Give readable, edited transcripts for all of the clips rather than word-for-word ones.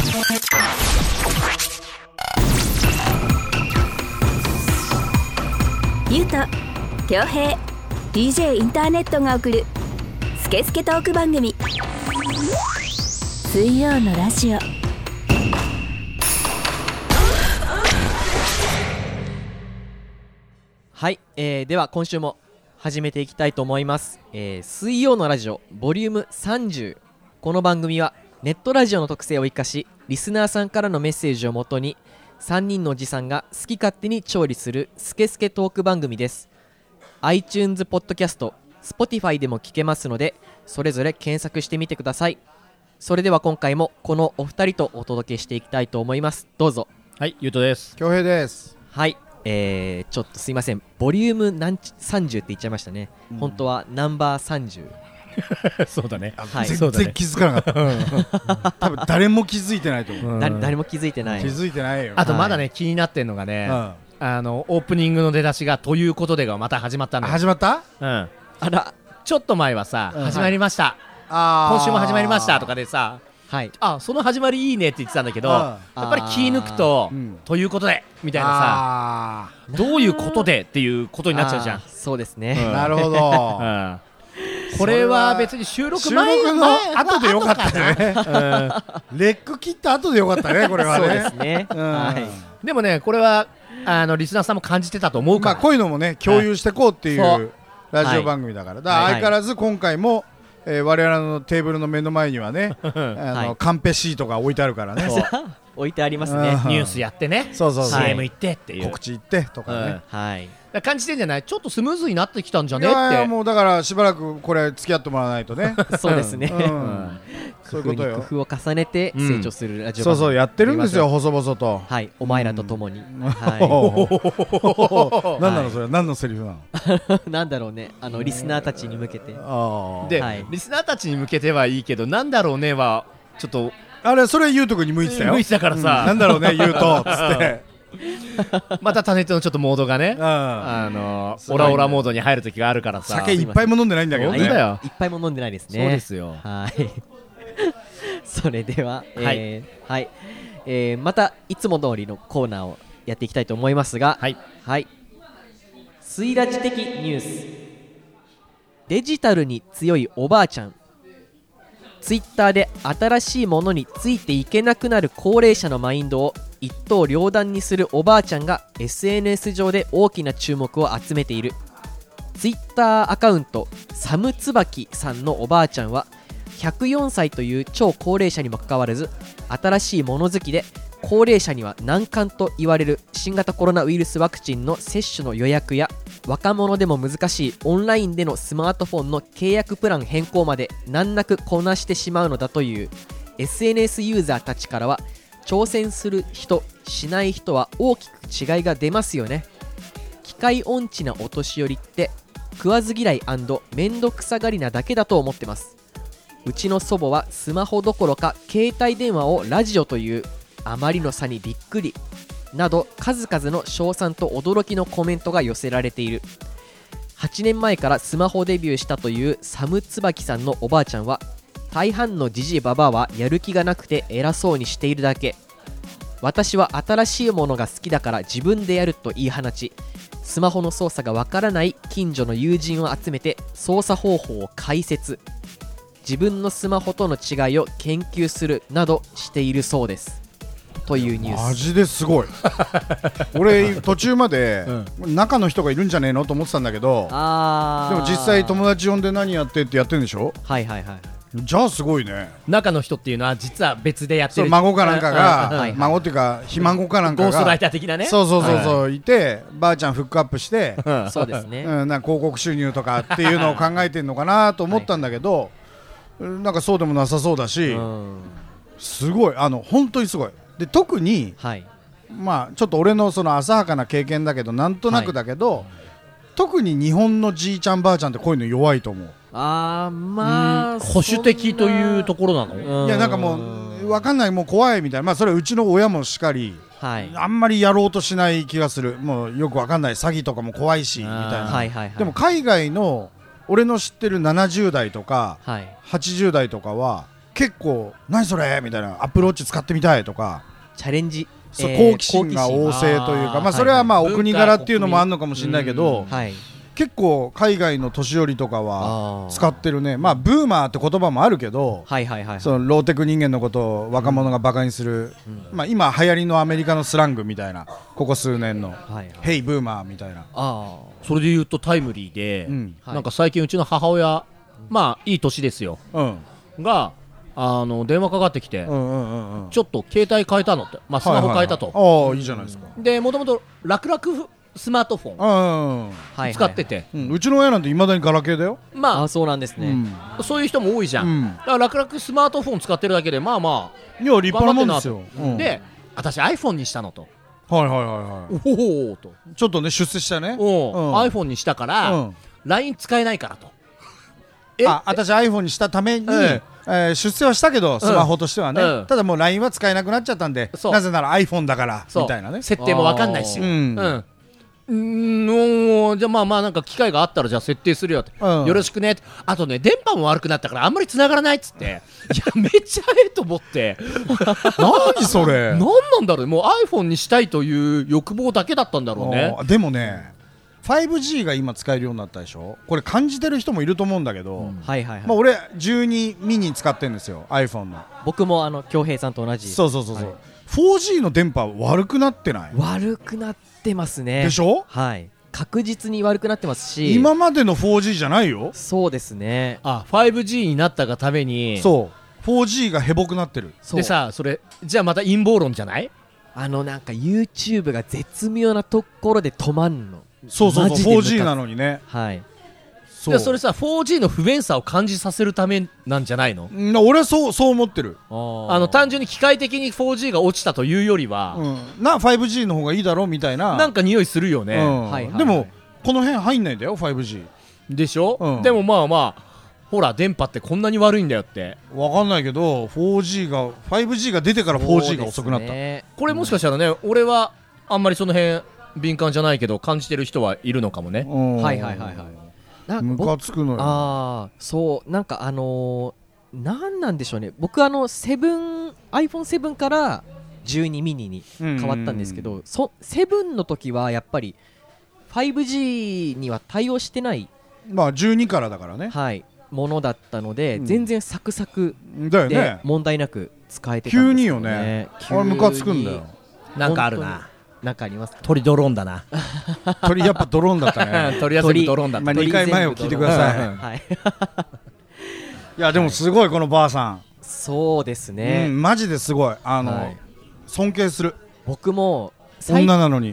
ゆうと恭平 DJ インターネットが送るスケスケトーク番組、水曜のラジオ。 はい、では今週も始めていきたいと思います。水曜のラジオボリューム30。この番組はネットラジオの特性を生かし、リスナーさんからのメッセージをもとに3人のおじさんが好き勝手に調理するスケスケトーク番組です。 iTunes ポッドキャスト、 Spotify でも聞けますので、それぞれ検索してみてください。それでは今回もこのお二人とお届けしていきたいと思います。どうぞ。 はい、ゆうとです。 恭平です。 はい、ちょっとすいません、ボリューム30って言っちゃいましたね、本当はナンバー30 そうだね、 はい、 全然気づかなかった多分誰も気づいてないと思う、 誰も気づいてない。 気づいてないよ。 あとまだね、気になってんのがね、オープニングの出だしがということでがまた始まったのよ。 始まった？ あら、 ちょっと前はさ、始まりました、今週も始まりましたとかでさ、はい、その始まりいいねって言ってたんだけど、やっぱり気抜くと、ということでみたいなさ、どういうことでっていうことになっちゃうじゃん。 そうですね、 なるほど、 これは別に収録前の後でよかったねレック切った後でよかったね、これはね。 そうですね、 でもね、これはリスナーさんも感じてたと思うから、 こういうのもね、共有していこうっていうラジオ番組だから、相変わらず今回も我々のテーブルの目の前にはねカンペシートが置いてあるからね置いてありますね。 ニュースやってね、 そうそうそう、 CM 行ってっていう告知行ってとかね、 感じてんじゃない？ちょっとスムーズになってきたんじゃねって。 いやもうだからしばらくこれ付き合ってもらわないとねそうですね、 そういうことよ。 工夫を重ねて成長するラジオ番組、 そうそうやってるんですよ、細々と。 はい、お前らと共に。 何なのそれ、何のセリフなのなんだろうね、リスナーたちに向けて。 で、リスナーたちに向けてはいいけど、なんだろうねはちょっとあれ、それゆうとくんに向いてたよ。 向いてたからさ、 なんだろうねゆうとつってまたタネットのちょっとモードがね、オラオラモードに入る時があるからさ。 酒いっぱいも飲んでないんだけどね。 いっぱいも飲んでないですね。 そうですよ。 はいそれでは、またいつも通りのコーナーをやっていきたいと思いますが、スイラジ的ニュース。デジタルに強いおばあちゃん。ツイッターで新しいものについていけなくなる高齢者のマインドを一刀両断にするおばあちゃんが SNS 上で大きな注目を集めている。ツイッターアカウントサムツバキさんのおばあちゃんは104歳という超高齢者にもかかわらず、新しいもの好きで、高齢者には難関と言われる新型コロナウイルスワクチンの接種の予約や、若者でも難しいオンラインでのスマートフォンの契約プラン変更まで難なくこなしてしまうのだという。 SNS ユーザーたちからは、挑戦する人しない人は大きく違いが出ますよね、機械音痴なお年寄りって食わず嫌い&めんどくさがりなだけだと思ってます。うちの祖母はスマホどころか携帯電話をラジオという、あまりの差にびっくりなど数々の称賛と驚きのコメントが寄せられている。8年前からスマホデビューしたというサムツバキさんのおばあちゃんは、大半のジジイババアはやる気がなくて偉そうにしているだけ、私は新しいものが好きだから自分でやると言い放ち、スマホの操作がわからない近所の友人を集めて操作方法を解説、自分のスマホとの違いを研究するなどしているそうです。というニュース。 マジですごい俺途中まで中の人がいるんじゃねえのと思ってたんだけど、でも実際友達呼んで何やってってやってるんでしょ。 はいはいはい。 じゃあすごいね。 中の人っていうのは実は別でやってる、 孫かなんかが、孫っていうかひ孫かなんかがゴーストライター的なね、 そういて、ばあちゃんフックアップしてそうですね、 なんか広告収入とかっていうのを考えてんのかなと思ったんだけど、なんかそうでもなさそうだし、すごい、本当にすごい。で特に、まあちょっと俺のその浅はかな経験だけど、なんとなくだけど、特に日本のじいちゃんばあちゃんってこういうの弱いと思う。 まあ、 保守的というところなの。 いやなんかもう分かんない、もう怖いみたいな、まあそれはうちの親もしかり、あんまりやろうとしない気がする。もうよく分かんない、詐欺とかも怖いしみたいな、でも海外の俺の知ってる70代とか、80代とかは結構何それみたいな、アップルウォッチ使ってみたいとかチャレンジ、 好奇心が旺盛というか、それはまあお国柄っていうのもあるのかもしれないけど、結構海外の年寄りとかは使ってるね。まあブーマーって言葉もあるけど、そのローテク人間のことを若者がバカにする、まあ今流行りのアメリカのスラングみたいな、ここ数年のヘイブーマーみたいな。 それで言うとタイムリーで、なんか最近うちの母親、まあいい年ですよ、が電話かかってきて、ちょっと携帯変えたのって、まあスマホ変えたと。 いいじゃないですか。 でもともと楽々スマートフォン使ってて、 うちの親なんていまだにガラケーだよ。 まあそうなんですね。 そういう人も多いじゃん。だから楽々スマートフォン使ってるだけでまあまあいや立派なもんですよ。 で私 iPhone にしたのと。 おおとちょっとね出世したね。 iPhone にしたから LINE 使えないからと。 私 iPhone にしたために出世はしたけど、スマホとしてはね、ただもう LINE は使えなくなっちゃったんで、なぜなら iPhone だからみたいなね。 設定も分かんないし、じゃあまあまあなんか機会があったらじゃあ設定するよって、よろしくねって。あとね電波も悪くなったからあんまり繋がらないっつって、いやめっちゃええと思って、 何それ、 何なんだろう、もう iPhone にしたいという欲望だけだったんだろうね。 でもね5G が今使えるようになったでしょ。これ感じてる人もいると思うんだけど、俺12ミニ使ってるんですよ iPhone の。 僕も恭平さんと同じ。 そう 4G の電波悪くなってない？ 悪くなってますね。 でしょ。 確実に悪くなってますし、 今までの 4G じゃないよ。 そうですね。 5G になったがために、 そう 4G がヘボくなってる。 でさ、それじゃあまた陰謀論じゃない？ なんか YouTube が絶妙なところで止まんの。 そう 4G なのにね。 それさ 4G の不便さを感じさせるためなんじゃないの？ 俺はそう思ってる。 単純に機械的に 4G が落ちたというよりは、 5G の方がいいだろうみたいな、 なんか匂いするよね。 でもこの辺入んないんだよ 5G でしょ。でもまあまあほら電波ってこんなに悪いんだよって。 分かんないけど 5G が出てから 4G が遅くなった。 これもしかしたらね、俺はあんまりその辺敏感じゃないけど感じてる人はいるのかもね。 ムカつくのよ。 そうなんかなんなんでしょうね。僕iPhone7 から12ミニに変わったんですけど、7の時はやっぱり 5G には対応してない、 まあ12からだからね、 ものだったので、全然サクサクで問題なく使えてたんですよね。 急によね。あれムカつくんだよ。 なんかあるな。 なんかありますか？ 鳥ドローンだな。 鳥やっぱドローンだったね。 鳥は全部ドローンだった。 2回前を聞いてください。いやでもすごいこのばあさん。 そうですね。 マジですごい。尊敬する。 僕も女なのに。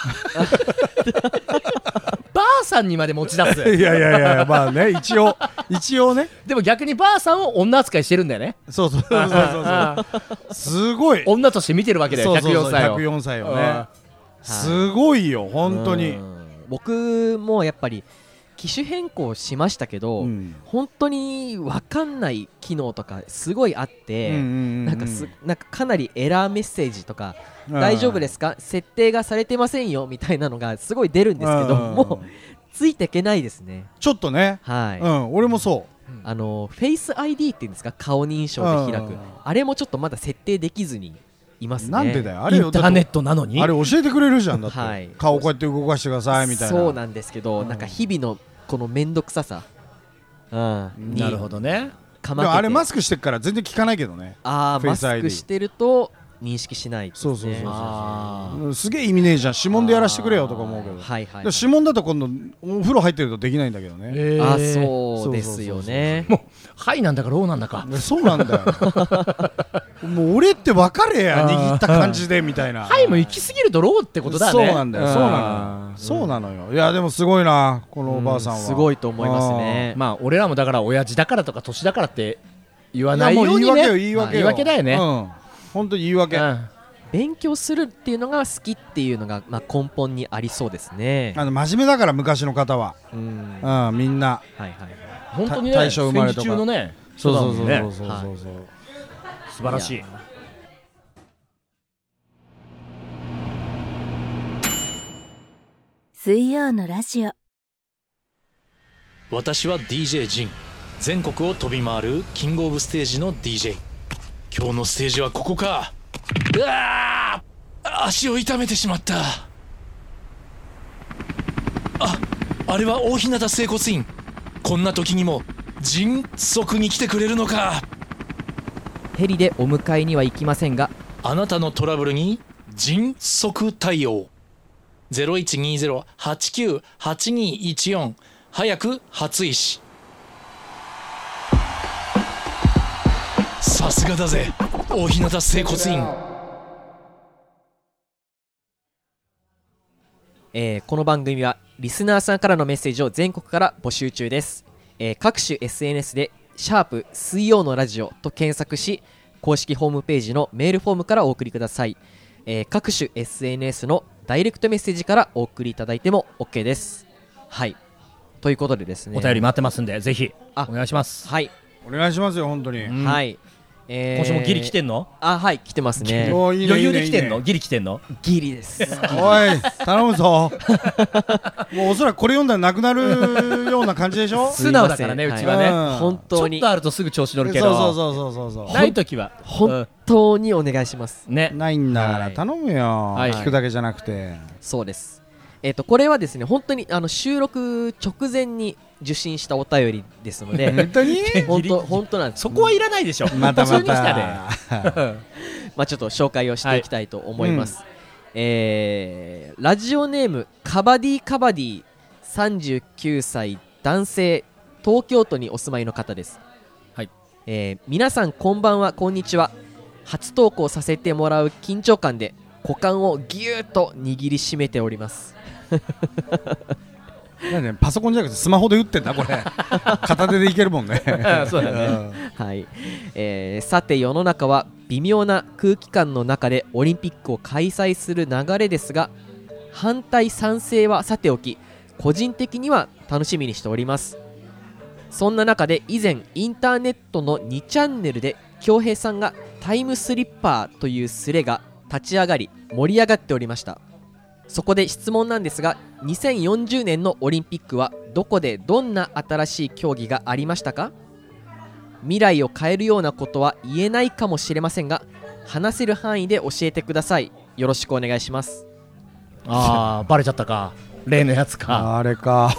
ばあさんにまで持ち出す。 いやまあね、一応ね。 でも逆にばあさんを女扱いしてるんだよね。 そうすごい女として見てるわけだよ。 104歳をね。すごいよ本当に。 僕もやっぱり機種変更しましたけど、本当に分かんない機能とかすごいあって、なんかかなりエラーメッセージとか、大丈夫ですか、設定がされてませんよみたいなのがすごい出るんですけど、もうついていけないですね。 ちょっとね。俺もそう。 フェイス ID っていうんですか、顔認証で開く、あれもちょっとまだ設定できずにいますね。 なんでだよ、あれインターネットなのにあれ教えてくれるじゃん。だって顔こうやって動かしてくださいみたいな。 そうなんですけど、なんか日々のこの面倒くささ、 なるほどね。 あれマスクしてっから全然効かないけどね。 マスクしてると認識しない。 そうすげえ意味ねえじゃん、指紋でやらせてくれよとか思うけど、指紋だと今度お風呂入ってるとできないんだけどね。 そうですよね。 もうはいなんだかローなんだか。 そうなんだよ。もう俺って分かれや、握った感じでみたいな。 はいも行き過ぎるとローってことだね。 そうなんだよ、そうなのよ。いやでもすごいなこのおばあさんは。 すごいと思いますね。 まあ俺らもだから親父だからとか年だからって言わないようにね。 言い訳だよね。 本当に言い訳。 勉強するっていうのが好きっていうのが根本にありそうですね。 真面目だから昔の方はみんな本当にね、 大正生まれとか戦時中のね。 そう素晴らしい。 水曜のラジオ。 私は DJ ジン。 全国を飛び回るキングオブステージの DJ。 今日のステージはここか。うわー、足を痛めてしまった。あれは大日向整骨院。こんな時にも迅速に来てくれるのか。 ヘリでお迎えには行きませんが、 あなたのトラブルに迅速対応。0120-89-8214 早く初石。さすがだぜ大日向整骨院。 この番組はリスナーさんからのメッセージを全国から募集中です。各種 SNS でシャープ水曜のラジオと検索し、公式ホームページのメールフォームからお送りください。各種 SNS のダイレクトメッセージからお送りいただいても OK です。はい、ということでですね、 お便り待ってますんでぜひお願いします。 はい、 お願いしますよ本当に。 はい、 今週もギリ来てんの？ はい、来てますね。 余裕で来てんの？ギリ来てんの？ ギリです。 おい頼むぞもうおそらくこれ読んだらなくなるような感じでしょ素直だからね、うちはね、 本当にちょっとあるとすぐ調子乗るけど、 そうないときは本当にお願いしますね。 ないんだから頼むよ、聞くだけじゃなくて。 そうです。これはですね、本当に収録直前に受信したお便りですので本当に本当なんです。 そこはいらないでしょ。 またまた普通に来たでまあちょっと紹介をしていきたいと思います。ラジオネームカバディカバディ、39歳男性、東京都にお住まいの方です。 はい。 皆さんこんばんは、こんにちは。初投稿させてもらう緊張感で股間をぎゅーっと握りしめております。 なんでパソコンじゃなくてスマホで打ってんだこれ片手でいけるもんねそうだね、 はい。さて世の中は微妙な空気感の中でオリンピックを開催する流れですが、反対賛成はさておき、個人的には楽しみにしております。そんな中で以前インターネットの2チャンネルで恭平さんがタイムスリッパーというスレが立ち上がり盛り上がっておりました。そこで質問なんですが、2040年のオリンピックはどこでどんな新しい競技がありましたか？未来を変えるようなことは言えないかもしれませんが、話せる範囲で教えてください。よろしくお願いします。 バレちゃったか、例のやつか。 あれか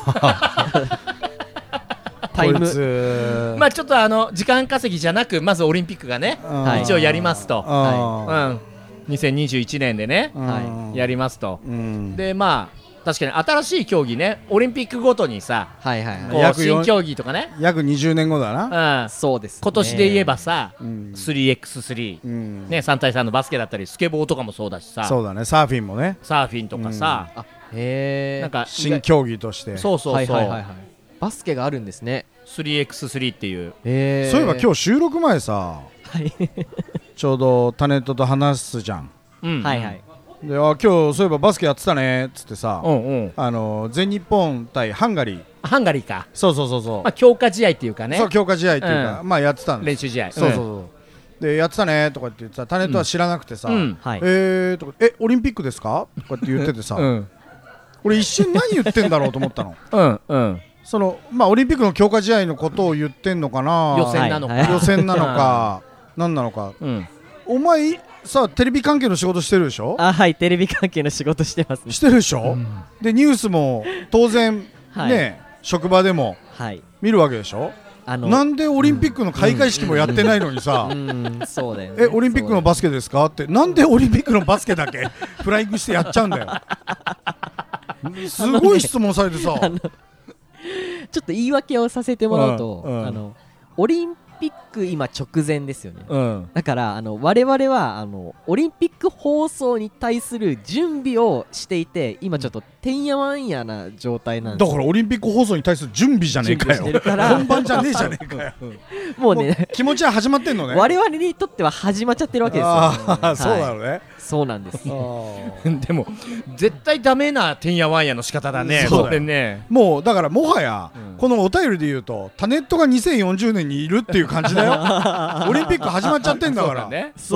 タイム、 まあちょっと時間稼ぎじゃなく、まずオリンピックがね、一応やりますと、2021年でね、やりますと。でまあ確かに新しい競技ね、オリンピックごとにさ、新競技とかね、 約20年後だな。 そうです。 今年で言えばさ、3x3、ね、3対3のバスケだったり、スケボーとかもそうだしさ、 そうだね、サーフィンもね、 サーフィンとかさ、 なんか新競技として、 そうそうそう、 バスケがあるんですね。 3x3 っていう。 そういえば今日収録前さ、ちょうどタネットと話すじゃん。で今日そういえばバスケやってたねっつってさ、全日本対ハンガリーか。 そう、 まあ強化試合っていうかね、 そう強化試合っていうか、まあやってたんです。 練習試合。 そうでやってたねとかって言ってさ、タネットは知らなくてさ、とかオリンピックですかとかって言っててさ、俺一瞬何言ってんだろうと思ったの。そのまあオリンピックの強化試合のことを言ってんのかな、 予選なのか何なのか。お前さ、テレビ関係の仕事してるでしょ？ はい、テレビ関係の仕事してますね。 してるでしょ？でニュースも当然ね、職場でも見るわけでしょ？なんでオリンピックの開会式もやってないのにさ、 そうだよね、 オリンピックのバスケですかって、なんでオリンピックのバスケだけフライングしてやっちゃうんだよ。すごい質問されてさ、 ちょっと言い訳をさせてもらうと、オリンピック今直前ですよね、だから我々はオリンピック放送に対する準備をしていて、今ちょっとてんやわんやな状態なんです。 だからオリンピック放送に対する準備じゃねえかよ、本番じゃねえじゃねえかよもうね、 気持ちは始まってんのね。 我々にとっては始まっちゃってるわけですよ。 そうだろうね。 そうなんです。 でも絶対ダメなてんやわんやの仕方だね。 そうだよね。もうだからもはやこのお便りで言うと、タネットが2040年にいるっていう感じだよ。オリンピック始まっちゃってんだから。そう。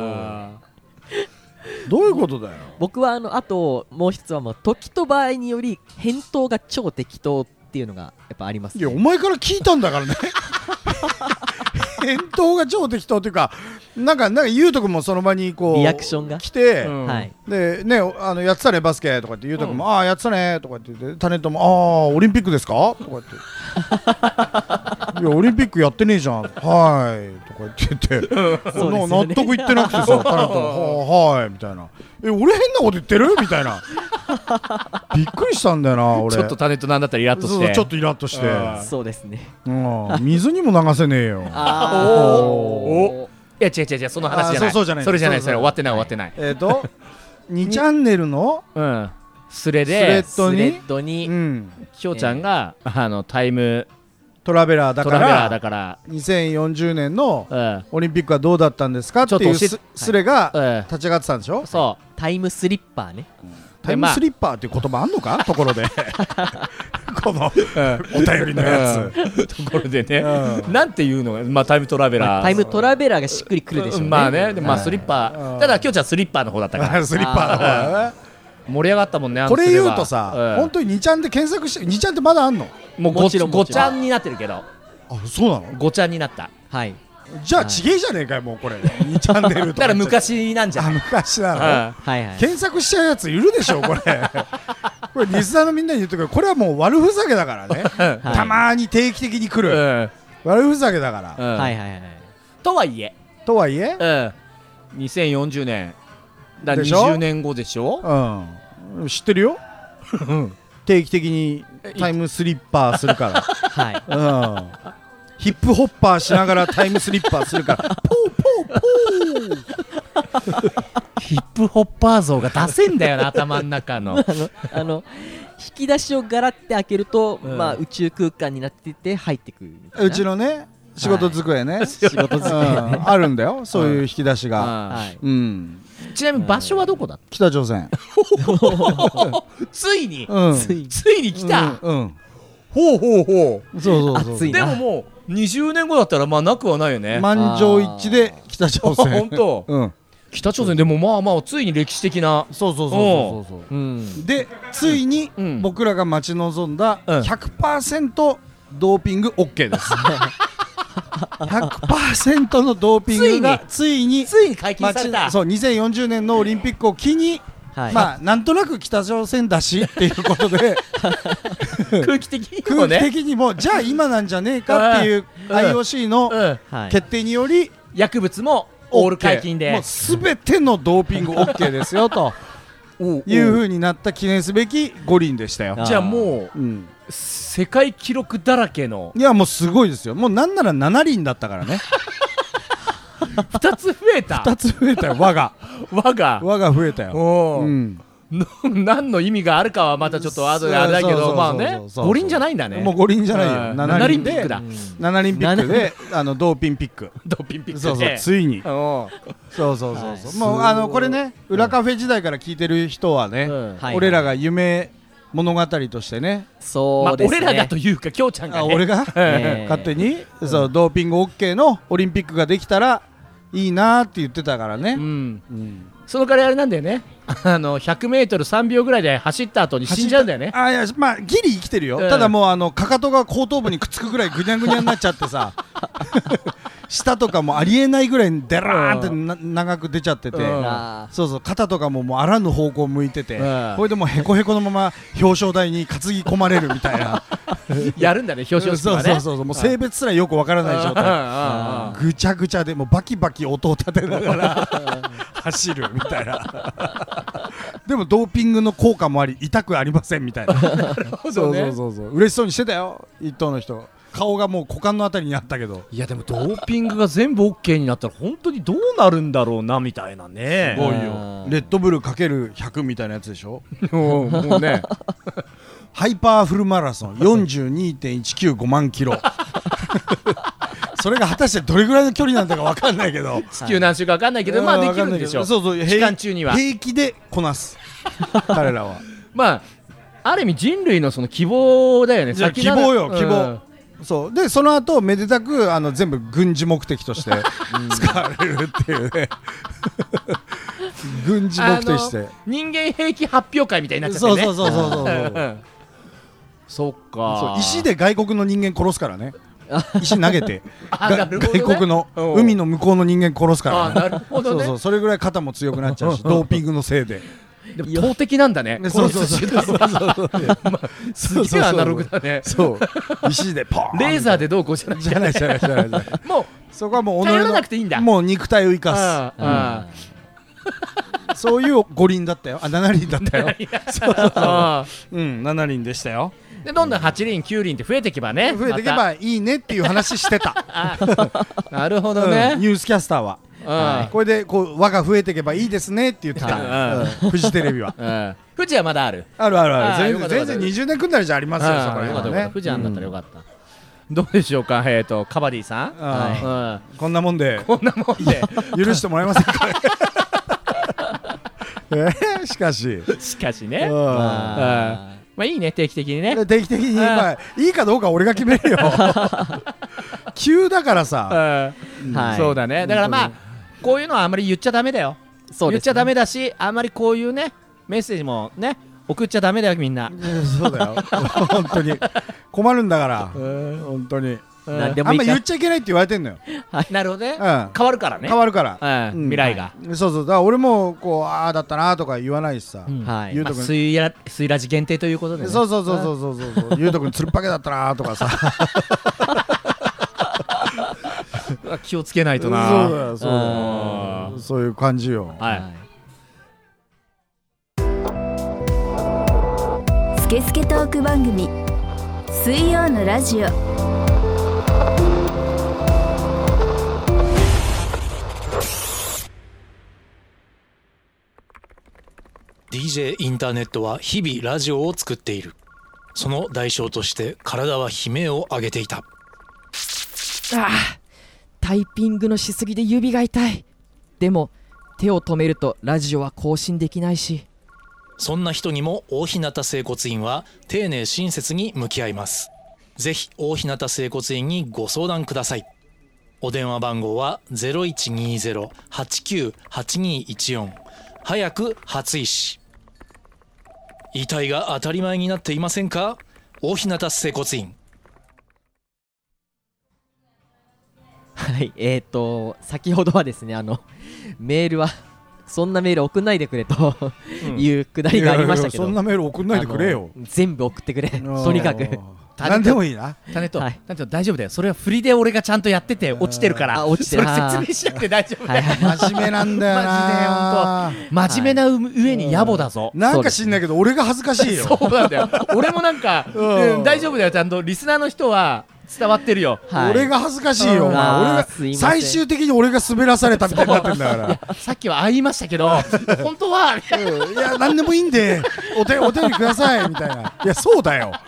どういうことだよ。 僕はあともう一つは、時と場合により返答が超適当ってっていうのがやっぱあります、ね、 いやお前から聞いたんだからね返答が超適当というか、なんかゆうとくんもその場にこうリアクションが来て、 はい、 でね、やってたねバスケとかってゆうとくんも、ああやってたねとかって言って、タネットもああオリンピックですかとかっていやオリンピックやってねえじゃんはいとか言って納得いってなくてさ、タネットもはいみたいな、俺変なこと言ってるみたいなびっくりしたんだよな俺。 ちょっとタネットなんだったらイラッとして、 ちょっとイラッとして、 そうですね、 水にも流せねえよおいや違うその話じゃない、 そうじゃない、 それじゃない、それ終わってない終わってない。 2チャンネルのスレでスレッドにきょうちゃんがタイムトラベラーだから 2040年のオリンピックはどうだったんですかっていうスレが立ち上がってたんでしょ。 そうタイムスリッパーね。 タイムスリッパーっていう言葉あんのかところでこのお便りのやつところでね、なんていうのが、まあ、タイムトラベラー、 タイムトラベラーがしっくりくるでしょうね。 まあね、でまあスリッパー、ただきょうちゃんスリッパーの方だったからスリッパーの方だね。 盛り上がったもんね。 これ言うとさ、本当に2ちゃんで検索して、2ちゃんってまだあんの？ もう5ちゃんになってるけど。 あ、そうなの ？5ちゃんになった。 はい。 じゃあちげえじゃねえかよもうこれ2チャンネルとか。 だから昔なんじゃん。 昔なの。 はいはい。 検索しちゃうやついるでしょこれ。これリスナーのみんなに言ってくる。これはもう悪ふざけだからね。たまに定期的に来る悪ふざけだから。 はいはいはい。 とはいえ2040年だ20年後でしょ。 知ってるよ。定期的にタイムスリッパーするから。はい。ヒップホッパーしながらタイムスリッパーするからポーポーポーヒップホッパー像が出せんだよな頭の中の引き出しをガラって開けると、まあ、宇宙空間になってて入ってくるみたいな。 うちのね仕事机ね、 仕事机ねあるんだよそういう引き出しが。 ちなみに場所はどこだ？ 北朝鮮。 ついに来た。 ほうそうでももう20年後だったらまあなくはないよね。 満場一致で北朝鮮。 本当。北朝鮮でもまあまあついに歴史的な。 そうでついに僕らが待ち望んだ 100% ドーピング OK です。100% のドーピングがついに解禁された。 そう2040年のオリンピックを機に、まあなんとなく北朝鮮だしっていうことで空気的にもじゃあ今なんじゃねえかっていう IOC の決定により薬物もオール解禁でもう全てのドーピング OK ですよという風になった記念すべき五輪でしたよ。 じゃあもう世界記録だらけの。 いやもうすごいですよ。もうなんなら7輪だったからね。 2つ増えた。 2つ増えたよ。輪が増えたよ。 何の意味があるかはまたちょっとあれだけど、まあね五輪じゃないんだね。 もう五輪じゃないよ。 7輪ピックだ。 7輪ピックでドーピンピック。そうついに。そうもうこれね裏カフェ時代から聞いてる人はね、俺らが夢物語としてね。 そうですね。 俺らがというかきょうちゃんがね。 俺が勝手にそうドーピング OK のオリンピックができたらいいなって言ってたからね。 その代わりあれなんだよね。100メートル3秒ぐらいで走った後に死んじゃうんだよね。 いやまあギリ生きてるよ。ただもうかかとが後頭部にくっつくぐらいぐにゃぐにゃになっちゃってさ。舌とかもありえないぐらいデラーって長く出ちゃってて、そう肩とかもあらぬ方向向いてて、これでもうへこへこのまま表彰台に担ぎ込まれるみたいな。 やるんだね表彰式はね。 そうもう性別すらよくわからない状態。ぐちゃぐちゃでもうバキバキ音を立てながら走るみたいな。でもドーピングの効果もあり痛くありませんみたいな。そう嬉しそうにしてたよ一等の人。顔がもう股間のあたりにあったけど。 いやでもドーピングが全部 OK になったら本当にどうなるんだろうなみたいなね。 すごいよ。レッドブルかける100みたいなやつでしょ。 もうねハイパーフルマラソン 42.195 万キロ。それが果たしてどれぐらいの距離なんだか分かんないけど、 地球何周か分かんないけど、まあできるんでしょ。 そう期間中には平気でこなす彼らは。 まあある意味人類のその希望だよね。 希望よ希望。そうでその後めでたく全部軍事目的として使われるっていうね。軍事目的して人間兵器発表会みたいになっちゃってね。 そうそっか。 そう石で外国の人間殺すからね。石投げてなるほどね、 外国の海の向こうの人間殺すからね。 なるほどね。 そうそれぐらい肩も強くなっちゃうし、ドーピングのせいで。 でも投擲なんだね。 そうそうそうすげえアナログだね。 そう石でポーン。 レーザーでどうこうじゃない。 じゃないもうそこはもう己頼らなくていいんだ。 もう肉体を生かす。そういう五輪だったよ。7輪だったよ。7輪でしたよ。 でどんどん8輪9輪って増えていけばね、 増えていけばいいねっていう話してた。 なるほどね。 ニュースキャスターはこれでこう輪が増えていけばいいですねって言ってた。フジテレビは。 富士はまだある。 ある。全然20年くんなりじゃありますよ。そこら辺はね。 富士あんだったらよかった。どうでしょうか、カバディさん。 こんなもんで許してもらえませんか。しかしね。まあいいね、定期的にね。 定期的にいいかどうか俺が決めるよ。急だからさ。 そうだね。だからまあこういうのはあんまり言っちゃダメだよ。言っちゃダメだし、あんまりこういうねメッセージもね送っちゃダメだよ、みんな。 そうだよ。本当に困るんだから。本当に。あんま言っちゃいけないって言われてんのよ。 なるほどね。変わるからね。 変わるから未来が。 そうだから俺もこうああだったなとか言わないしさ。 水ラジ限定ということでね。 そうゆうとくんつるっぱけだったなとかさ。 気をつけないとな。 そういう感じよ。 スケスケトーク番組水曜のラジオ。 DJ インターネットは日々ラジオを作っている。その代償として体は悲鳴を上げていた。 タイピングのしすぎで指が痛い。でも手を止めるとラジオは更新できないし。 そんな人にも大日向整骨院は丁寧親切に向き合います。ぜひ大日向整骨院にご相談ください。お電話番号は 0120-898214 早く初医師。遺体が当たり前になっていませんか？大日向整骨院。 はい、先ほどはですね、メールはそんなメール送んないでくれというくだりがありましたけど、 そんなメール送んないでくれよ。 全部送ってくれ、とにかく。 何でもいいな。 タネット大丈夫だよ。それは振りで俺がちゃんとやってて落ちてるから、それ説明しなくて大丈夫だよ。 真面目なんだよな。 真面目な上に野暮だぞ。 なんか知んないけど俺が恥ずかしいよ。 そうなんだよ。俺もなんか大丈夫だよ。ちゃんとリスナーの人は伝わってるよ。 俺が恥ずかしいよ。俺が最終的に俺が滑らされたみたいになってんだから。 さっきは言いましたけど本当はいや何でもいいんでお便りくださいみたいな。いやそうだよ。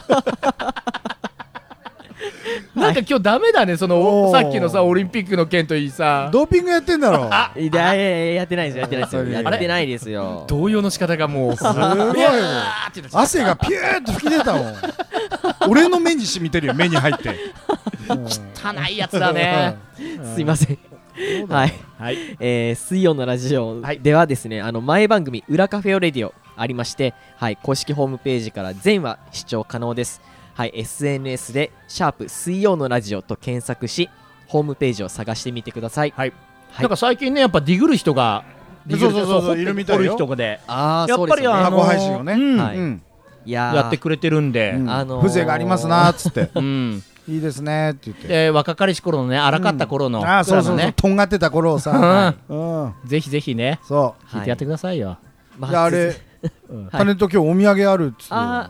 なんか今日ダメだね。そのさっきのさオリンピックの件といいさ、 ドーピングやってんだろ。 やってないですよ。やってないですよ。 動揺の仕方がもうすごい。 汗がピューッと吹き出たもん。俺の目に染みてるよ。目に入って汚いやつだね。 すいません。はい、水曜のラジオではですね、前番組裏カフェオレディオありまして、公式ホームページから全話視聴可能です。SNS でシャープ水曜のラジオと検索しホームページを探してみてください。 なんか最近ね、やっぱディグる人がいるみたいよ。 やっぱり過去配信をねやってくれてるんで、 風情がありますなっつっていいですねって言って、 若かりし頃のね、荒かった頃の、 そうとんがってた頃をさ、 ぜひぜひね聞いてやってくださいよ。 あれタネット今日お土産あるっつって。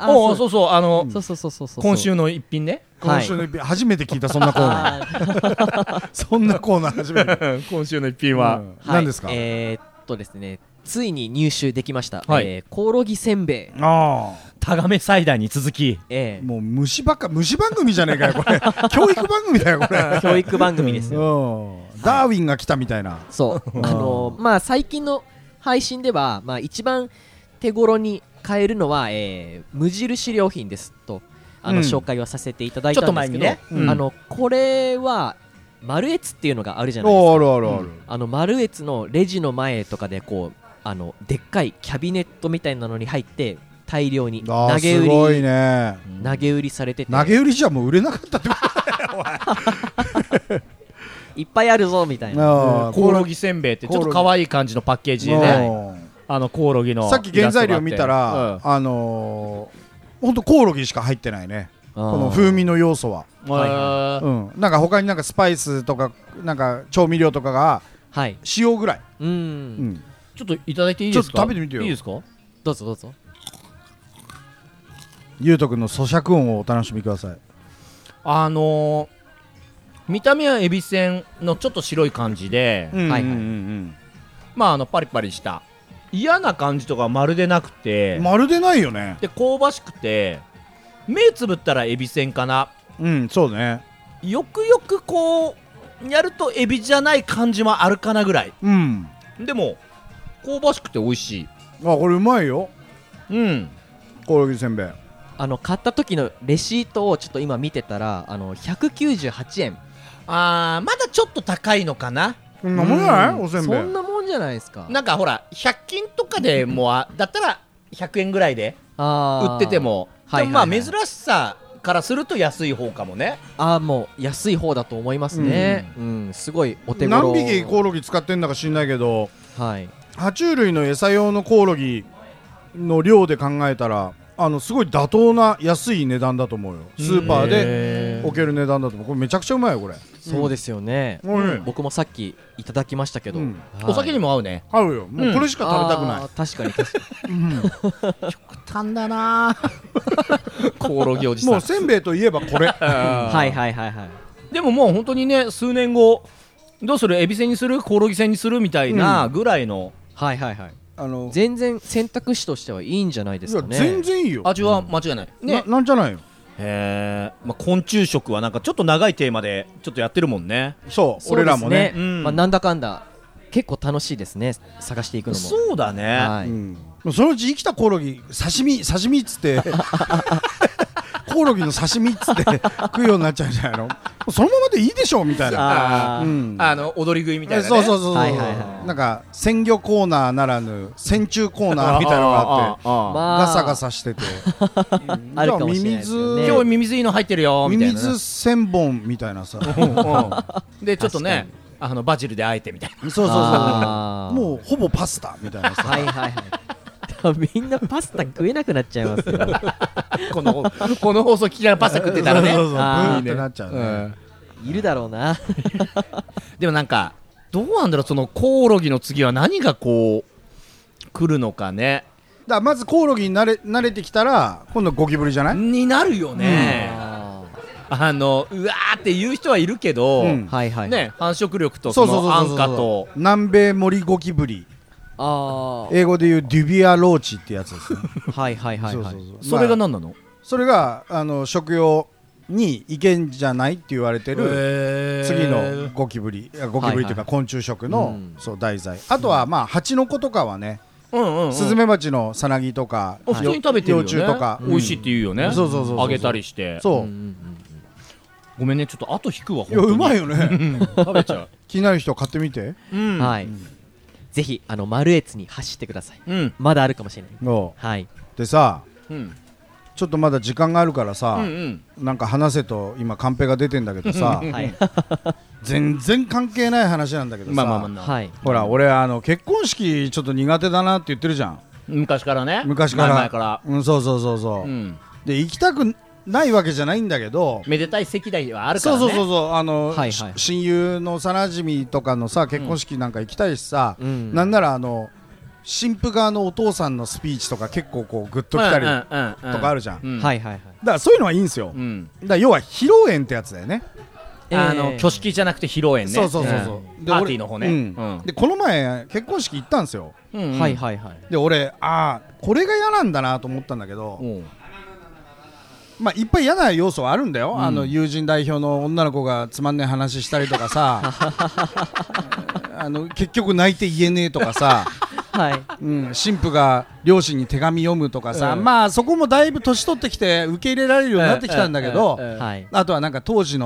そう今週の一品ね。 今週の一品初めて聞いた。そんなコーナーそんなコーナー初めて。 今週の一品は何ですか？ ですね、ついに入手できました、コオロギせんべい。 タガメサイダーに続き、 もう虫番組じゃねえかよこれ。教育番組だよこれ。 教育番組ですよ。 ダーウィンが来たみたいな。 そう最近の配信では一番手頃に買えるのは無印良品ですと紹介をさせていただいたんですけど、これはマルエツっていうのがあるじゃないですか。マルエツのレジの前とかでこうでっかいキャビネットみたいなのに入って大量に投投げ売り、 すごいね。 投げ売りされてて、 投げ売りじゃもう売れなかったってことだよいっぱいあるぞみたいな。 コオロギせんべいってちょっと可愛い感じのパッケージでね、コオロギのさっき原材料見たら、ほんとコオロギしか入ってないね、この風味の要素は。なんか他になんかスパイスとかなんか調味料とかが塩ぐらい。 ちょっといただいていいですか。 ちょっと食べてみてよ。 いいですか。 どうぞどうぞ。 ゆうとくんの咀嚼音をお楽しみください。 見た目はエビせんのちょっと白い感じで、パリパリした嫌な感じとかまるでなくて、 まるでないよね。 で香ばしくて、目つぶったらエビせんかな。 そうね。 よくよくこうやるとエビじゃない感じもあるかなぐらい。でも香ばしくて美味しい。 これうまいよ。コオロギせんべい。 買った時のレシートをちょっと今見てたら198円。 まだちょっと高いのかな。 そんなもんじゃない？おせんべい。 そんなもんじゃないですか。 なんかほら100均とかでもだったら100円ぐらいで売ってても、でも珍しさからすると安い方かもね。 もう安い方だと思いますね。すごいお手頃。 何匹コオロギ使ってんだか知んないけど、爬虫類の餌用のコオロギの量で考えたらすごい妥当な安い値段だと思うよ。スーパーで置ける値段だと思う。これめちゃくちゃうまいよこれ。 そうですよね。僕もさっきいただきましたけど、 お酒にも合うね。 合うよ。もうこれしか食べたくない。 確かに確かに。 極端だな。コオロギおじさん。 もうせんべいといえばこれ。 でももう本当にね、数年後どうする、エビせんにする、コオロギせんにするみたいなぐらいの。 全然選択肢としてはいいんじゃないですかね。 全然いいよ。 味は間違いないね。 なんじゃないよ。 昆虫食はなんかちょっと長いテーマでちょっとやってるもんね。 そう俺らもね。 なんだかんだ結構楽しいですね、探していくのも。 そうだね。 そのうち生きたコオロギ刺身っつってコオロギの刺身っつって食うようになっちゃうんじゃないの。そのままでいいでしょみたいな。 踊り食いみたいなね。 そうなんか鮮魚コーナーならぬ鮮虫コーナーみたいなのがあってガサガサしてて、 あるかもしれないですよね。 今日ミミズいいの入ってるよみたいな。 ミミズ1000本みたいなさ。 でちょっとね、バジルであえてみたいな。 そうもうほぼパスタみたいなさ。 みんなパスタ食えなくなっちゃいますよ。 この放送聞きながらパスタ食ってたらね、 ブーってなっちゃうね。 いるだろうな。 でもなんかどうなんだろう、そのコオロギの次は何がこう来るのかね。 だからまずコオロギに慣れてきたら今度ゴキブリじゃないになるよね。うわーって言う人はいるけど、ね、繁殖力とその安価と南米森ゴキブリ、英語で言うデュビアローチってやつですね。 それが何なの？ それが食用にいけんじゃないって言われてる次のゴキブリっていうか昆虫食の題材。あとはまあハチノコとかはね、スズメバチのさなぎとか普通に食べてるよね。 幼虫とか美味しいって言うよね。揚げたりして。ごめんね、ちょっと後引くわ。 いやうまいよね。 食べちゃう。 気になる人は買ってみて。 ぜひマルエツに走ってください。まだあるかもしれない。 でさ、ちょっとまだ時間があるからさ、なんか話せと今カンペが出てんだけどさ、全然関係ない話なんだけどさ、ほら俺結婚式ちょっと苦手だなって言ってるじゃん。 昔からね。 前から。そうで行きたくないわけじゃないんだけど、 めでたい席代はあるからね。 親友の幼馴染とかのさ結婚式なんか行きたいしさ、なんなら新婦側のお父さんのスピーチとか結構こうグッときたりとかあるじゃん。だからそういうのはいいんですよ。だから要は披露宴ってやつだよね。 挙式じゃなくて披露宴ね。 そうパーティーの方ね。 でこの前結婚式行ったんですよ。で俺これが嫌なんだなと思ったんだけど、まあいっぱい嫌な要素はあるんだよ。友人代表の女の子がつまんねえ話したりとかさ、結局泣いて言えねえとかさ、新婦が両親に手紙読むとかさ、まあそこもだいぶ年取ってきて受け入れられるようになってきたんだけど、あとはなんか当時の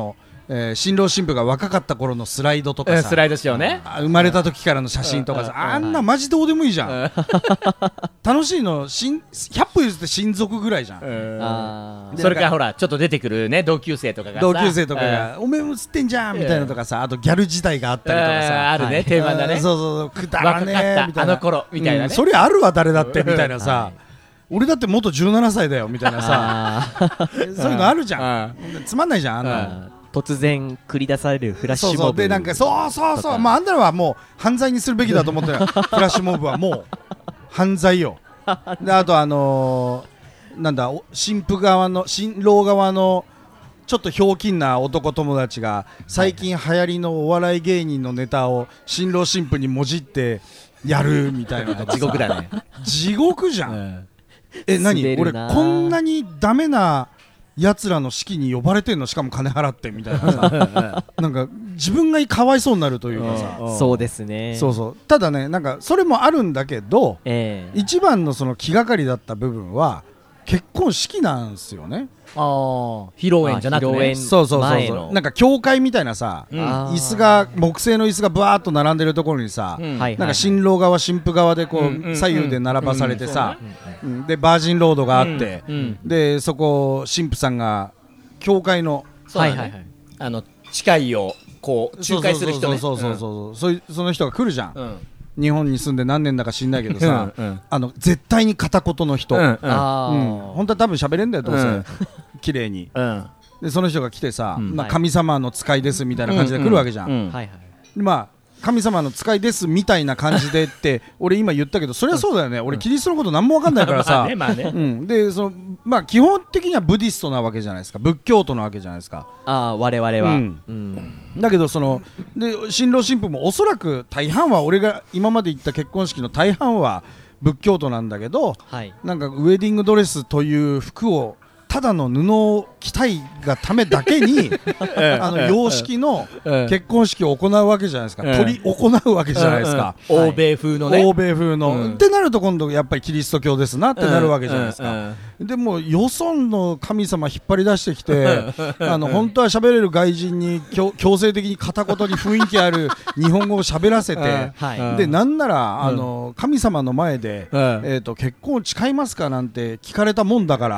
新郎新婦が若かった頃のスライドとかさ、 スライドしようね、 生まれた時からの写真とかさ、あんなマジどうでもいいじゃん。楽しいの100歩譲って親族ぐらいじゃん。 それからほらちょっと出てくるね同級生とかがおめえも吸ってんじゃんみたいなとかさ、あとギャル時代があったりとかさ、 あるね、定番だね。 そうくだらねえみたいな、 あの頃みたいなね、 それあるわ誰だってみたいなさ、俺だって元17歳だよみたいなさ、そういうのあるじゃん。つまんないじゃんあんな。 突然繰り出されるフラッシュモブでなんかそうまああんなのはもう犯罪にするべきだと思ってる。フラッシュモブはもう犯罪よ。であとなんだ新郎側のちょっとひょうきんな男友達が最近流行りのお笑い芸人のネタを新郎新婦にもじってやるみたいな。 地獄だね。 地獄じゃん。何俺こんなにダメなやつらの式に呼ばれてんの、しかも金払ってみたいなさなんか自分がかわいそうになるというかさ。 そうですね。 そうただね、なんかそれもあるんだけど、一番のその気がかりだった部分は結婚式なんですよね。 披露宴じゃなくて、 そうなんか教会みたいなさ、椅子が木製の椅子がバーッと並んでるところにさ、なんか新郎側新婦側でこう左右で並ばされてさ、でバージンロードがあって、でそこ新婦さんが教会の誓いをこう仲介する人ね、 その人が来るじゃん。日本に住んで何年だか知んないけどさ、絶対に片言の人、本当は多分喋れんだよどうせ綺麗に。でその人が来てさ、神様の使いですみたいな感じで来るわけじゃん。まあ神様の使いですみたいな感じでって俺今言ったけど、そりゃそうだよね。俺キリストのこと何も分かんないからさ。で基本的にはブディストなわけじゃないですか、仏教徒なわけじゃないですか。 我々は。 だけどで新郎新婦もおそらく大半は、俺が今まで行った結婚式の大半は仏教徒なんだけど、なんかウェディングドレスという服をただの布を着たいがためだけに洋式の結婚式を行うわけじゃないですか。行うわけじゃないですか。 欧米風のね。 欧米風のってなると今度やっぱりキリスト教ですなってなるわけじゃないですか。でもよその神様引っ張り出してきて本当は喋れる外人に強制的に片言に雰囲気ある日本語を喋らせて、でなんなら神様の前で結婚を誓いますかなんて聞かれたもんだから、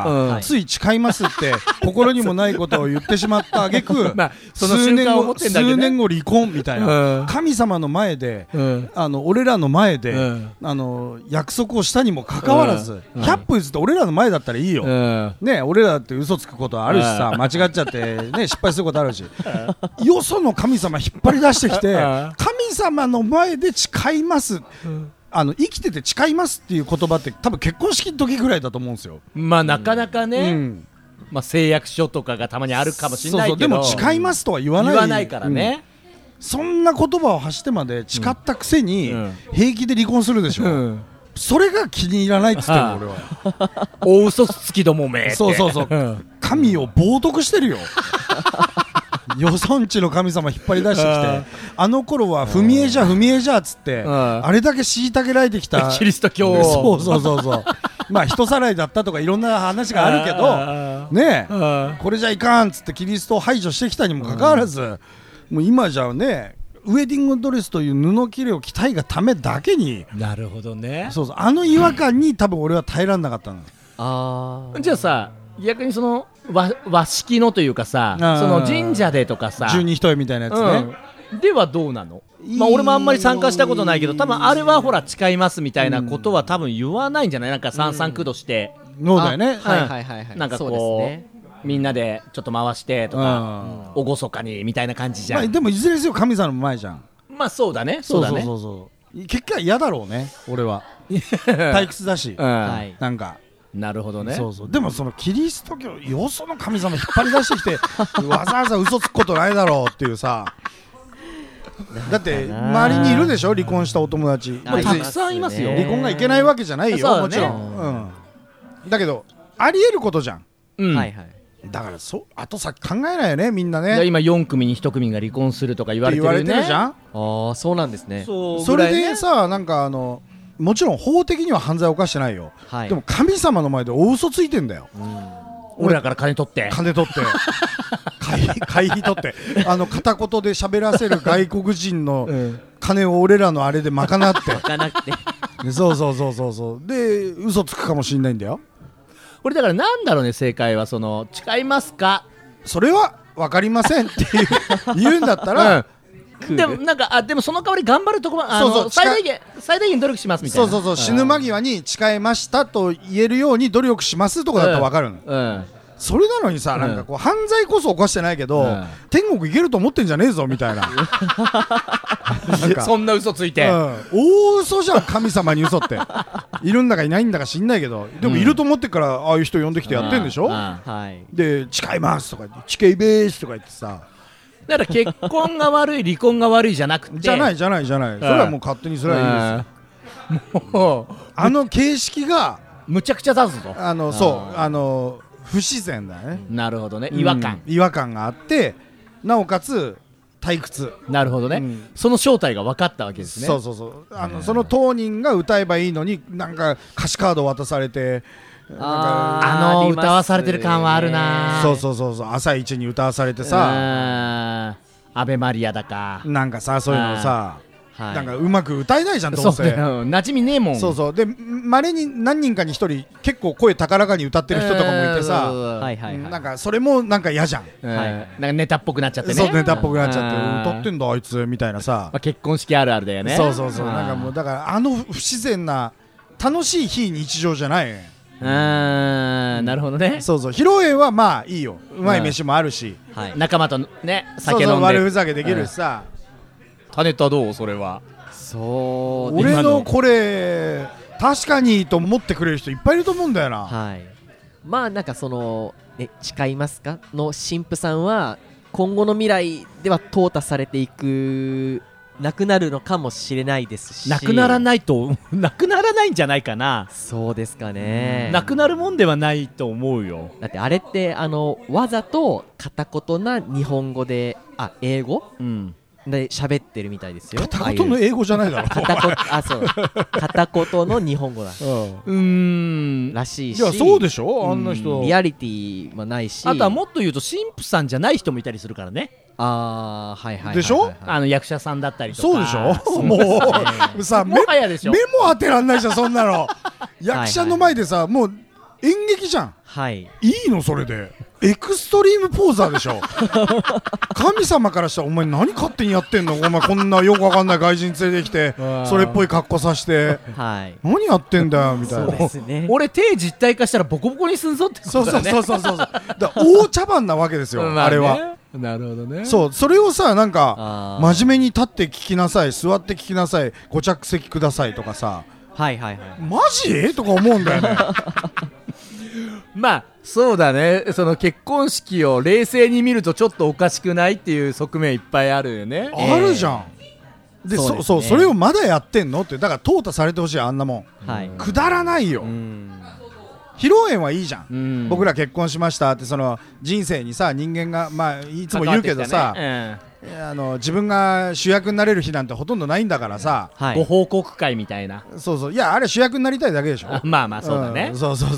つい誓いますって心にもないことを言ってしまった挙句数年後離婚みたいな。神様の前で俺らの前で約束をしたにもかかわらず、100歩譲って俺らの前だったらいいよね。俺らだって嘘つくことあるしさ、間違っちゃってね失敗することあるし、よその神様引っ張り出してきて神様の前で誓います生きてて誓いますっていう言葉って多分結婚式の時ぐらいだと思うんですよ。 まあなかなかね、誓約書とかがたまにあるかもしれないけど、 でも誓いますとは言わないからね。 そんな言葉を発してまで誓ったくせに平気で離婚するでしょ。それが気に入らないっつってる俺は。 大嘘つきどもめって。 神を冒涜してるよ。よそんちの神様引っ張り出してきて、あの頃は踏み絵じゃっつって、あれだけ虐げられてきたキリスト教をまあ人さらいだったとかいろんな話があるけどねえ、これじゃいかんっつってキリストを排除してきたにもかかわらず、もう今じゃねウェディングドレスという布切れを着たいがためだけに。 なるほどね。 違和感に多分俺は耐えられなかったの。 じゃあさ、逆にその和式のというかさ、その神社でとかさ、 十二一重みたいなやつね、 ではどうなの？俺もあんまり参加したことないけど、多分あれはほら誓いますみたいなことは多分言わないんじゃない？なんか三々九度して、 そうだよね。 なんかこうみんなでちょっと回してとか、厳かにみたいな感じじゃん。 でもいずれにせよ神様の前じゃん。 まあそうだね。 結果嫌だろうね俺は。退屈だし、なんか。 なるほどね。 でもそのキリスト教よその神様引っ張り出してきてわざわざ嘘つくことないだろうっていうさ。だって周りにいるでしょ、離婚したお友達。 たくさんいますよ。 離婚がいけないわけじゃないよ、もちろん。だけどありえることじゃん。だから後先考えないよねみんなね。 今4組に1組が離婚するとか言われてるね。 じゃん。 そうなんですね。 それでさ、なんかもちろん法的には犯罪を犯してないよ、でも神様の前で大嘘ついてんだよ、 俺らから金取って会費取って片言で喋らせる外国人の金を俺らのあれで賄ってそうで嘘つくかもしんないんだよ。 これだからなんだろうね、正解はその誓いますか、 それは分かりませんって言うんだったら、 でもなんかでもその代わり頑張るところ最大限努力しますみたいな、 そう、死ぬ間際に誓いましたと言えるように努力しますとかだったら分かるの、それなのにさ、なんかこう犯罪こそ犯してないけど、天国行けると思ってんじゃねえぞみたいなそんな嘘ついて、 大嘘じゃん、神様に嘘っているんだかいないんだか知んないけど、でもいると思ってからああいう人呼んできてやってんでしょ、で誓いますとか言って誓いべーすとか言ってさ、 だから結婚が悪い離婚が悪いじゃなくてじゃないそれはもう勝手にそれはいいですよ。もう形式がむちゃくちゃ立つぞ、 不自然だね。 なるほどね、違和感があって、なおかつ退屈。 なるほどね、その正体が分かったわけですね。 そうその当人が歌えばいいのに、なんか歌詞カード渡されて、 歌わされてる感はあるな。 そう朝一に歌わされてさ、 アベマリアだかなんかさ、そういうのさ、なんかうまく歌えないじゃん、どうせ馴染みねえもん。 で稀に何人かに一人結構声高らかに歌ってる人とかもいてさ、なんかそれもなんか嫌じゃん、 なんかネタっぽくなっちゃってね。 そう、ネタっぽくなっちゃって歌ってんだあいつみたいなさ、 結婚式あるあるだよね。 そうなんかもうだから不自然な楽しい非日常じゃない。 なるほどね。 披露宴はまあいいよ、うまい飯もあるし、 仲間とね酒飲んで悪ふざけできるしさ。 タネットはどう？それは俺のこれ確かにと思ってくれる人いっぱいいると思うんだよな。 まあなんかその誓いますかの神父さんは今後の未来では淘汰されていく、なくなるのかもしれないですし、 なくならないんじゃないかな。 そうですかね、 なくなるもんではないと思うよ。 だってあれってわざと片言な日本語で英語、で喋ってるみたいですよ。 片言の英語じゃないだろ。 片言の日本語だらしいし。 いやそうでしょ、あんな人リアリティもないし、 あとはもっと言うと神父さんじゃない人もいたりするからね。 でしょ、 役者さんだったりとか。 そうでしょ、もうさ、目も当てらんないじゃんそんなの役者の前でさ、もう演劇じゃん。いいのそれでエクストリームポーザーでしょ神様からしたらお前何勝手にやってんの、お前こんなよくわかんない外人連れてきてそれっぽい格好させて何やってんだよみたいな。 俺手実体化したらボコボコにすんぞってことだね。 そうだ大茶番なわけですよ、あれは。 なるほどね。 それをさ、なんか真面目に立って聞きなさい、座って聞きなさい、ご着席くださいとかさ、マジとか思うんだよねまあそうだね、その結婚式を冷静に見るとちょっとおかしくないっていう側面いっぱいあるよね。 あるじゃん。でそれをまだやってんのって、だから淘汰されてほしい、あんなもん、くだらないよ。披露宴はいいじゃん、僕ら結婚しましたって、その人生にさ、人間がいつも言うけどさ、自分が主役になれる日なんてほとんどないんだからさ、 ご報告会みたいな。 いやあれ主役になりたいだけでしょ。 まあそうだね。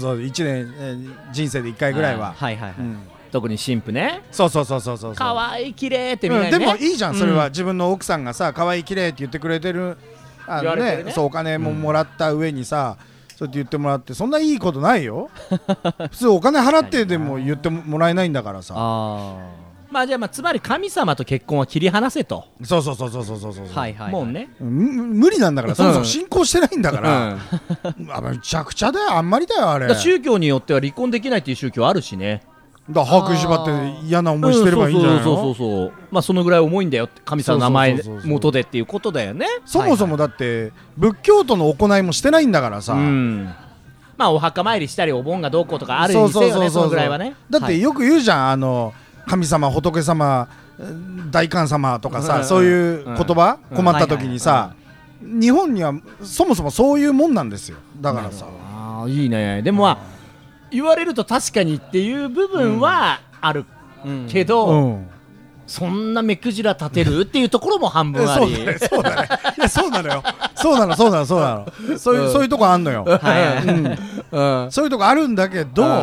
1年人生で1回ぐらいは、 特に新婦ね。 そうかわいい綺麗ってみんなね。 でもいいじゃん、それは自分の奥さんがさ、かわいい綺麗って言ってくれてる、お金ももらった上にさ、そうやって言ってもらって、そんないいことないよ普通お金払ってでも言ってもらえないんだからさ。 まあじゃあつまり神様と結婚は切り離せと。 そうもうね、 無理なんだから、そもそも信仰してないんだからめちゃくちゃだよ、あんまりだよあれ。 宗教によっては離婚できないっていう宗教あるしね。 だから歯食いしばって嫌な思いしてればいいんじゃないの。 まあそのぐらい重いんだよって、神様の名前元でっていうことだよね。 そもそもだって仏教徒の行いもしてないんだからさ、 まあお墓参りしたりお盆がどうこうとかあるにせよね、そのぐらいはね。 だってよく言うじゃん、神様仏様大官様とかさ、そういう言葉困った時にさ、日本にはそもそもそういうもんなんですよ。だからさ、 いいね。でも言われると確かにっていう部分はあるけど、そんな目くじら立てるっていうところも半分あり。 そうだね。いやそうなのよ。そうなの。そういうとこあんのよ。そういうとこあるんだけど、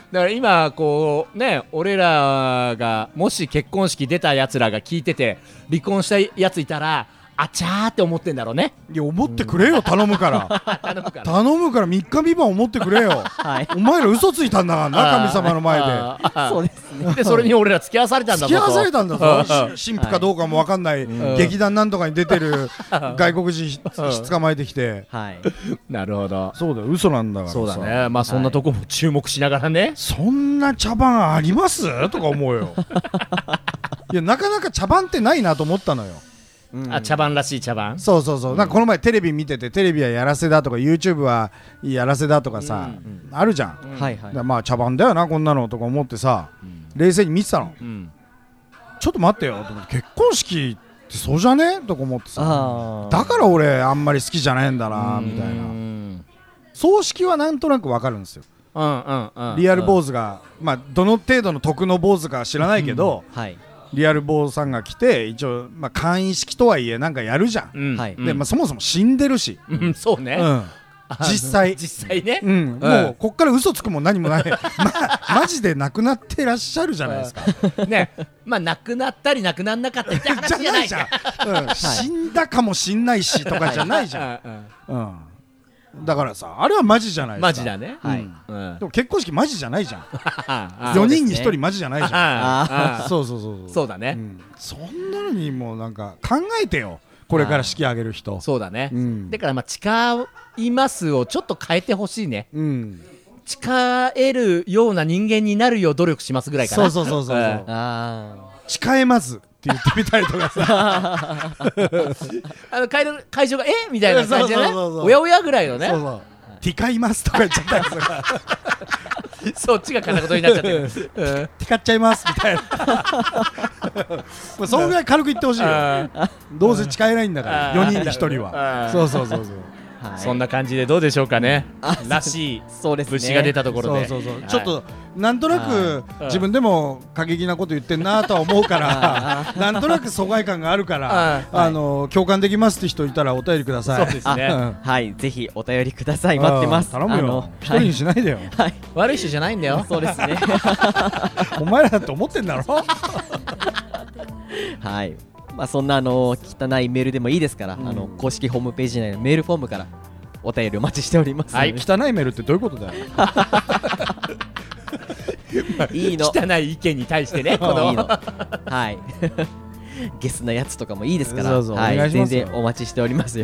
だから今こうね、俺らがもし結婚式出たやつらが聞いてて離婚したやついたら、あちゃーって思ってんだろうね。 いや思ってくれよ、頼むから頼むから3日3晩思ってくれよ、はい、お前ら嘘ついたんだからな、神様の前で。 そうですね。でそれに俺ら付き合わされたんだぞ、 付き合わされたんだぞ神父かどうかも分かんない劇団なんとかに出てる外国人捕まえてきて、はい、 なるほど、 そうだよ、嘘なんだから。 そうだね。まあそんなとこも注目しながらね、 そんな茶番ありますとか思うよいやなかなか茶番ってないなと思ったのよ。 あ、茶番らしい茶番。 そうそうそう、なんかこの前テレビ見てて、テレビはやらせだとか YouTube はやらせだとかさ、あるじゃん、まあ茶番だよなこんなのとか思ってさ、冷静に見てたの、ちょっと待ってよと思って、結婚式ってそうじゃねとか思ってさ、だから俺あんまり好きじゃないんだなみたいな。葬式はなんとなくわかるんですよ。リアル坊主が、まあどの程度の徳の坊主か知らないけど、リアル坊さんが来て一応、まあ、簡易式とはいえなんかやるじゃん、でまあ、そもそも死んでるし、 そうね、 実際ね、もうこっから嘘つくも何もないマジで亡くなってらっしゃるじゃないですかね。まあ亡くなったり亡くならなかったりって話じゃないじゃん死んだかもしんないしとかじゃないじゃん、だからさ、あれはマジじゃないですか。 マジだね。 でも結婚式マジじゃないじゃん4人に1人マジじゃないじゃん。そうそうそうそうだね。 そんなのにもうなんか考えてよ、これから式挙げる人。 そうだね。だからまあ誓いますをちょっと変えてほしいね。誓えるような人間になるよう努力しますぐらいかな。 そう誓えますって言ってみたりとかさ会場がみたいな感じでね、おやおやぐらいのね、 ティカいますとか言っちゃったりとかそっちが片言になっちゃってるティカっちゃいますみたいなそのぐらい軽く言ってほしいよどうせ誓えないんだから4人に1人は。そうそうそうそう、 そんな感じでどうでしょうかね。らしい節が出たところで、 ちょっとなんとなく自分でも過激なこと言ってんなとは思うからなんとなく疎外感があるから共感できますって人いたらお便りください。 そうですね、 はい、ぜひお便りください。待ってます。 頼むよ、一人にしないでよ。 悪い人じゃないんだよ。 そうですねお前らだと思ってんだろはい、まあ、そんな汚いメールでもいいですから、公式ホームページ内のメールフォームからお便りお待ちしております。 はい、汚いメールってどういうことだよいいの、 汚い意見に対してね、このいいのはいゲスなやつとかもいいですから、全然お待ちしておりますよ。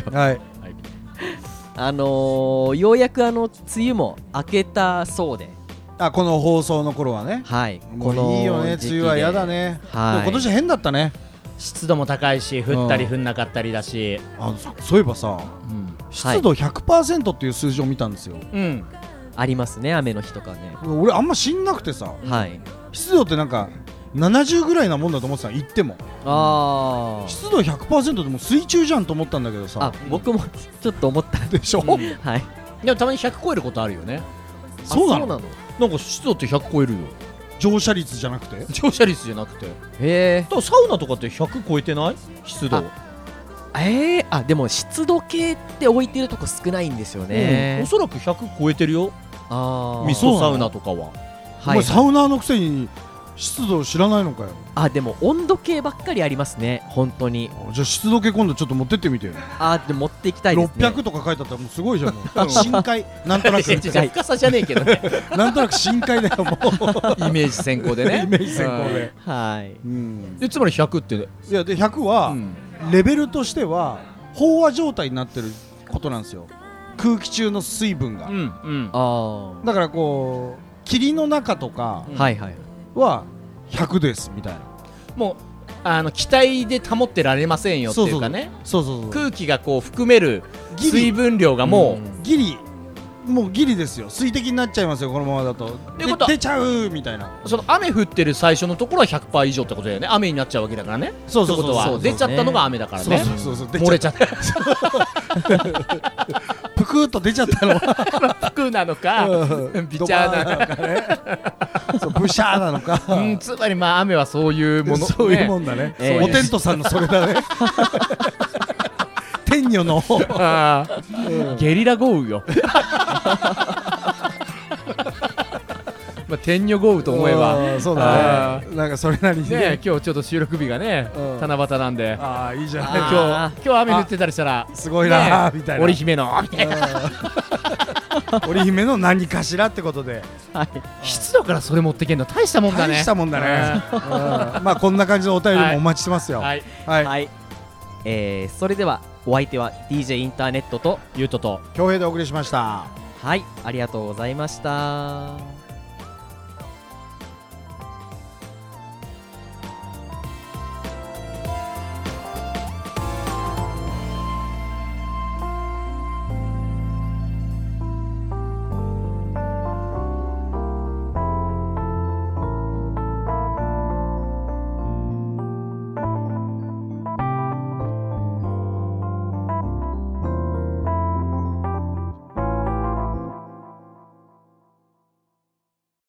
ようやく梅雨も明けたそうで、 この放送の頃はね、もういいよね、梅雨はやだね。今年変だったね。 湿度も高いし、降ったり降んなかったりだし、 そういえばさ、湿度 100% っていう数字を見たんですよ。 ありますね、雨の日とかね。 俺あんま知んなくてさ、湿度ってなんか70ぐらいなもんだと思ってたの、言っても。湿度 100% でも水中じゃんと思ったんだけどさ。 僕もちょっと思ったでしょ。 はい。 でもたまに100超えることあるよね。 そうなの？ なんか湿度って100超えるよ。 乗車率じゃなくて？ 乗車率じゃなくて。 へえ。 サウナとかって100超えてない？湿度。 でも湿度計って置いてるとこ少ないんですよね。 おそらく100超えてるよ。ミストサウナとかは。 お前サウナーのくせに湿度知らないのかよ。 でも温度計ばっかりありますね、本当に。 じゃあ湿度計今度ちょっと持ってってみてよ。 で持っていきたいですね。 600とか書いてあったらもうすごいじゃん。深海なんとなく深さじゃねえけどねなんとなく深海だよ、もうイメージ先行でね。 イメージ先行で。 でつまり100っていやで100はレベルとしては飽和状態になってることなんですよ、空気中の水分が。だからこう霧の中とかは100ですみたいな。 もう気体で保ってられませんよっていうかね、空気がこう含める水分量がもうギリですよ。水滴になっちゃいますよ、このままだと。出ちゃうみたいな。 その雨降ってる最初のところは 100% 以上ってことだよね。雨になっちゃうわけだからね。 そうってことは出ちゃったのが雨だからね。漏れちゃったぷくーっと出ちゃったのはぷくなのかビチャーなのかねブシャーなのかつまりまあ雨はそういうもの、 そういうもんだね。おテントさんのそれだね天女のゲリラ豪雨よぱ天女豪雨と思えばそうだね、なんかそれなりにね、今日ちょっと収録日がね、七夕なんで、 ああいいじゃない、 今日雨降ってたりしたらすごいなみたいな、 織姫のみたいな織姫の何かしらってことで、 湿度からそれ持ってけんの大したもんだね。 大したもんだね。まあこんな感じのお便りもお待ちしてますよ。 はい、それではお相手は DJ インターネットとゆうとと恭平でお送りしました。 はい、ありがとうございました。